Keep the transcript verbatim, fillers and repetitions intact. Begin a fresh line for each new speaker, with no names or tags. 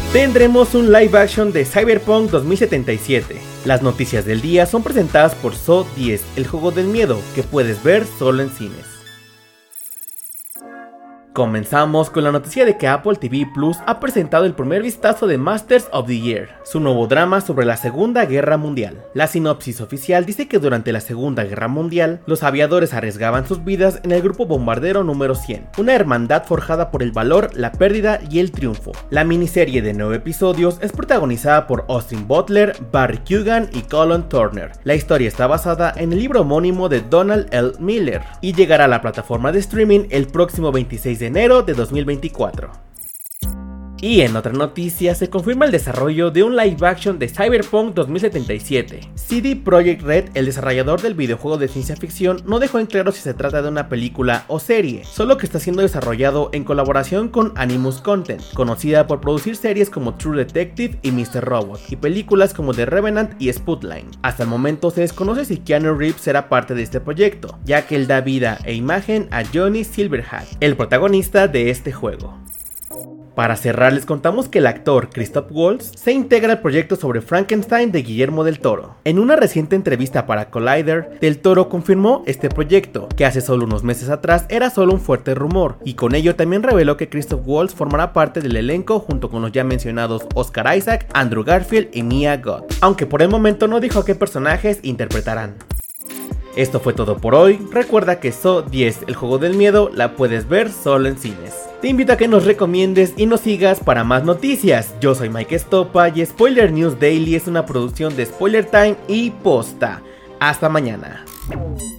Tendremos un live action de Cyberpunk dos mil setenta y siete. Las noticias del día son presentadas por Saw diez, el juego del miedo, que puedes ver solo en cines. Comenzamos con la noticia de que Apple T V Plus ha presentado el primer vistazo de Masters of the Year, su nuevo drama sobre la Segunda Guerra Mundial. La sinopsis oficial dice que durante la Segunda Guerra Mundial, los aviadores arriesgaban sus vidas en el grupo bombardero número cien, una hermandad forjada por el valor, la pérdida y el triunfo. La miniserie de nueve episodios es protagonizada por Austin Butler, Barry Keoghan y Colin Turner. La historia está basada en el libro homónimo de Donald L. Miller y llegará a la plataforma de streaming el próximo veintiséis de enero de dos mil veinticuatro. Y en otra noticia, se confirma el desarrollo de un live action de Cyberpunk dos mil setenta y siete. C D Projekt Red, el desarrollador del videojuego de ciencia ficción, no dejó en claro si se trata de una película o serie, solo que está siendo desarrollado en colaboración con Animus Content, conocida por producir series como True Detective y míster Robot, y películas como The Revenant y Spotlight. Hasta el momento se desconoce si Keanu Reeves será parte de este proyecto, ya que él da vida e imagen a Johnny Silverhand, el protagonista de este juego. Para cerrar, les contamos que el actor Christoph Waltz se integra al proyecto sobre Frankenstein de Guillermo del Toro. En una reciente entrevista para Collider, Del Toro confirmó este proyecto, que hace solo unos meses atrás era solo un fuerte rumor, y con ello también reveló que Christoph Waltz formará parte del elenco junto con los ya mencionados Oscar Isaac, Andrew Garfield y Mia Goth, aunque por el momento no dijo a qué personajes interpretarán. Esto fue todo por hoy. Recuerda que Saw diez, el juego del miedo, la puedes ver solo en cines. Te invito a que nos recomiendes y nos sigas para más noticias. Yo soy Mike Estopa y Spoiler News Daily es una producción de Spoiler Time y Posta. Hasta mañana.